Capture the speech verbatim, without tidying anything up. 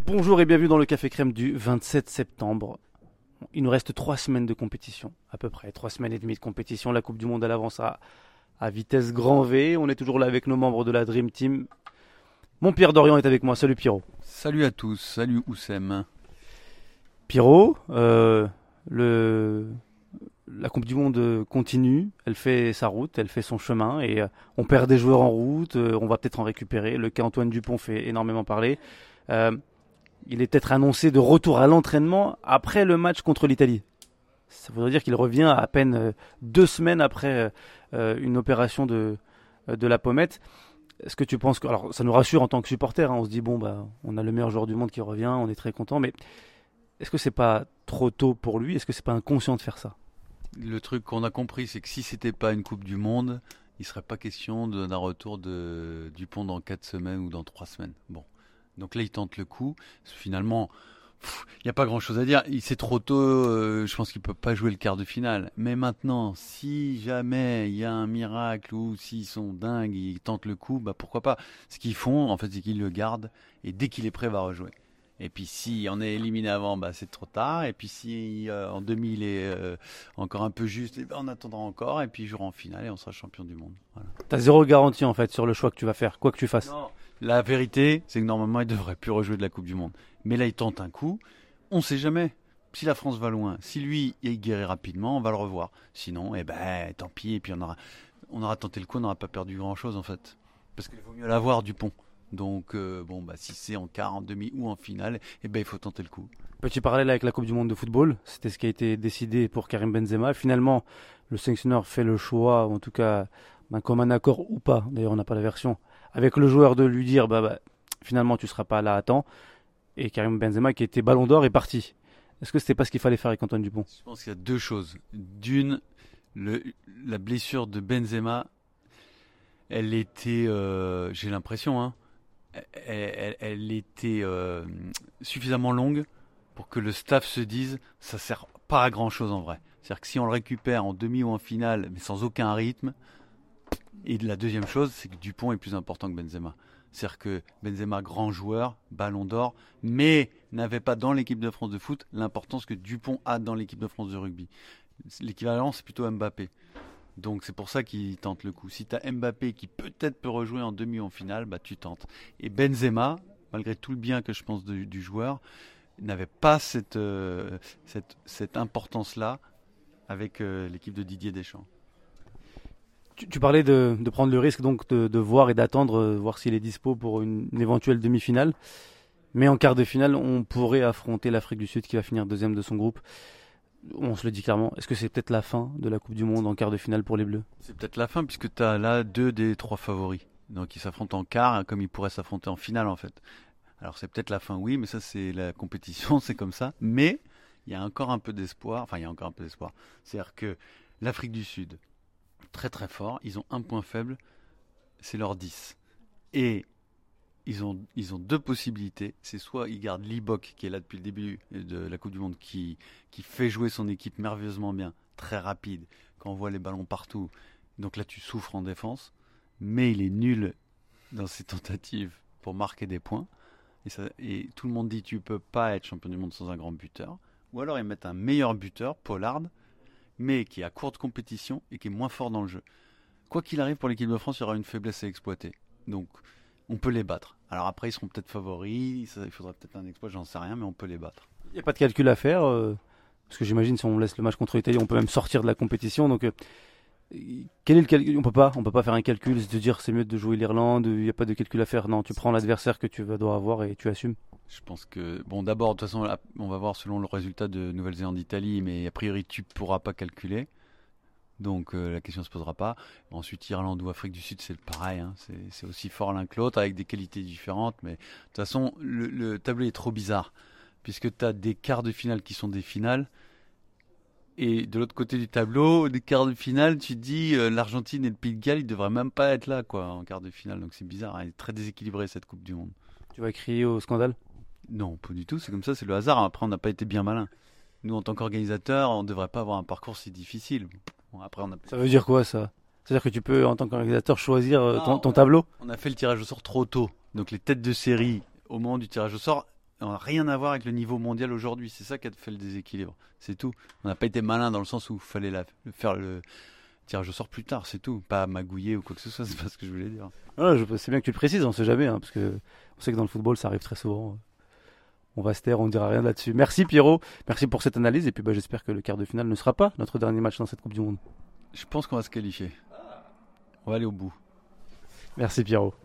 Bonjour et bienvenue dans le Café Crème du vingt-sept septembre. Il nous reste trois semaines de compétition, à peu près, trois semaines et demie de compétition. La Coupe du Monde, elle avance à, à vitesse grand V. On est toujours là avec nos membres de la Dream Team. Mon Pierre Dorian est avec moi. Salut Pierrot. Salut à tous, salut Oussem. Pierrot, euh, le, la Coupe du Monde continue, elle fait sa route, elle fait son chemin et euh, on perd des joueurs en route, euh, on va peut-être en récupérer. Le cas Antoine Dupont fait énormément parler. Euh, il est peut-être annoncé de retour à l'entraînement après le match contre l'Italie. Ça voudrait dire qu'il revient à peine euh, deux semaines après euh, une opération de, de la pommette. Est-ce que tu penses que... Alors ça nous rassure en tant que supporter, hein, on se dit bon bah on a le meilleur joueur du monde qui revient, on est très content, mais est-ce que c'est pas trop tôt pour lui? Est-ce que c'est pas inconscient de faire ça? Le truc qu'on a compris, c'est que si c'était pas une Coupe du Monde, il serait pas question de- d'un retour de Dupont dans quatre semaines ou dans trois semaines. Bon, donc là il tente le coup. Finalement, il n'y a pas grand-chose à dire. Il c'est trop tôt. euh, je pense qu'il peut pas jouer le quart de finale. Mais maintenant, si jamais il y a un miracle ou s'ils sont dingues, ils tentent le coup, bah pourquoi pas. Ce qu'ils font, en fait, c'est qu'ils le gardent et dès qu'il est prêt, il va rejouer. Et puis si on est éliminé avant, bah c'est trop tard. Et puis si euh, en demi il est euh, encore un peu juste, eh ben, on attendra encore. Et puis il jouera en finale et on sera champion du monde. Voilà. T'as zéro garantie en fait sur le choix que tu vas faire, quoi que tu fasses. Non. La vérité, c'est que normalement il devrait plus rejouer de la Coupe du Monde. Mais là il tente un coup. On sait jamais. Si la France va loin, si lui il guérit rapidement, on va le revoir. Sinon, eh ben tant pis. Et puis on aura, on aura tenté le coup, on n'aura pas perdu grand chose en fait. Parce qu'il vaut mieux l'avoir Dupont. Donc euh, bon bah si c'est en quart, en demi ou en finale, eh ben il faut tenter le coup. Petit parallèle avec la Coupe du Monde de football, c'était ce qui a été décidé pour Karim Benzema. Finalement, le sélectionneur fait le choix, ou en tout cas d'un commun accord ou pas, d'ailleurs on n'a pas la version, avec le joueur de lui dire bah, bah finalement tu seras pas là à temps. Et Karim Benzema qui était ballon d'or est parti. Est-ce que c'était pas ce qu'il fallait faire avec Antoine Dupont? Je pense qu'il y a deux choses. D'une, le, la blessure de Benzema, elle était, euh, j'ai l'impression, hein, elle, elle- elle était euh, suffisamment longue pour que le staff se dise ça sert pas à grand chose en vrai. C'est-à-dire que si on le récupère en demi ou en finale, mais sans aucun rythme. Et la deuxième chose, c'est que Dupont est plus important que Benzema. C'est-à-dire que Benzema, grand joueur, ballon d'or, mais n'avait pas dans l'équipe de France de foot l'importance que Dupont a dans l'équipe de France de rugby. L'équivalent, c'est plutôt Mbappé. Donc c'est pour ça qu'il tente le coup. Si tu as Mbappé qui peut-être peut rejouer en demi ou en finale, bah tu tentes. Et Benzema, malgré tout le bien que je pense de- du joueur, n'avait pas cette, euh, cette, cette importance-là avec euh, l'équipe de Didier Deschamps. Tu, tu parlais de, de prendre le risque donc de, de voir et d'attendre, euh, voir s'il est dispo pour une, une éventuelle demi-finale. Mais en quart de finale, on pourrait affronter l'Afrique du Sud qui va finir deuxième de son groupe. On se le dit clairement. Est-ce que c'est peut-être la fin de la Coupe du Monde en quart de finale pour les Bleus? C'est peut-être la fin puisque tu as là deux des trois favoris. Donc ils s'affrontent en quart hein, comme ils pourraient s'affronter en finale en fait. Alors c'est peut-être la fin, oui, mais ça c'est la compétition, c'est comme ça. Mais il y a encore un peu d'espoir. Enfin, il y a encore un peu d'espoir. C'est-à-dire que l'Afrique du Sud, très très fort, ils ont un point faible, c'est leur dix. Et ils ont, ils ont deux possibilités. C'est soit ils gardent Libok, qui est là depuis le début de la Coupe du Monde, qui, qui fait jouer son équipe merveilleusement bien, très rapide, qui envoie les ballons partout. Donc là, tu souffres en défense. Mais il est nul dans ses tentatives pour marquer des points. Et, ça, et tout le monde dit tu peux pas être champion du monde sans un grand buteur. Ou alors ils mettent un meilleur buteur, Pollard, mais qui est à courte compétition et qui est moins fort dans le jeu. Quoi qu'il arrive pour l'équipe de France, il y aura une faiblesse à exploiter. Donc on peut les battre. Alors après ils seront peut-être favoris, ça, il faudra peut-être un exploit, j'en sais rien, mais on peut les battre. Il n'y a pas de calcul à faire. euh, parce que j'imagine si on laisse le match contre l'Italie, on peut même sortir de la compétition. Donc euh, quel est le calcul? On peut pas, on peut pas faire un calcul, se dire c'est mieux de jouer l'Irlande. Il n'y a pas de calcul à faire. Non, tu prends l'adversaire que tu vas dois avoir et tu assumes. Je pense que, bon d'abord, de toute façon, là, on va voir selon le résultat de Nouvelle-Zélande-Italie, mais a priori tu pourras pas calculer. Donc euh, la question ne se posera pas. Ensuite, Irlande ou Afrique du Sud, c'est pareil. Hein. C'est, c'est aussi fort l'un que l'autre, avec des qualités différentes. Mais de toute façon, le, le tableau est trop bizarre. Puisque tu as des quarts de finale qui sont des finales. Et de l'autre côté du tableau, des quarts de finale, tu te dis euh, l'Argentine et le Pays de Galles, ils devraient même pas être là quoi, en quart de finale. Donc c'est bizarre. Elle est très déséquilibrée cette Coupe du Monde. Tu vas crier au scandale? Non, pas du tout. C'est comme ça, c'est le hasard. Après, on n'a pas été bien malin. Nous, en tant qu'organisateurs, on ne devrait pas avoir un parcours si difficile. Bon, après, on a... Ça veut dire quoi ça? C'est-à-dire que tu peux, en tant qu'organisateur, choisir euh, Non, ton, ton on a- tableau? On a fait le tirage au sort trop tôt. Donc les têtes de série, au moment du tirage au sort, n'a rien à voir avec le niveau mondial aujourd'hui. C'est ça qui a fait le déséquilibre. C'est tout. On n'a pas été malin dans le sens où il fallait la, faire le tirage au sort plus tard, c'est tout. Pas magouiller ou quoi que ce soit, c'est pas ce que je voulais dire. Ah, je c'est bien que tu le précises, on sait jamais, hein, parce que on sait que dans le football, ça arrive très souvent. On va se taire, on ne dira rien là-dessus. Merci Pierrot, merci pour cette analyse, et puis bah, j'espère que le quart de finale ne sera pas notre dernier match dans cette Coupe du Monde. Je pense qu'on va se qualifier. On va aller au bout. Merci Pierrot.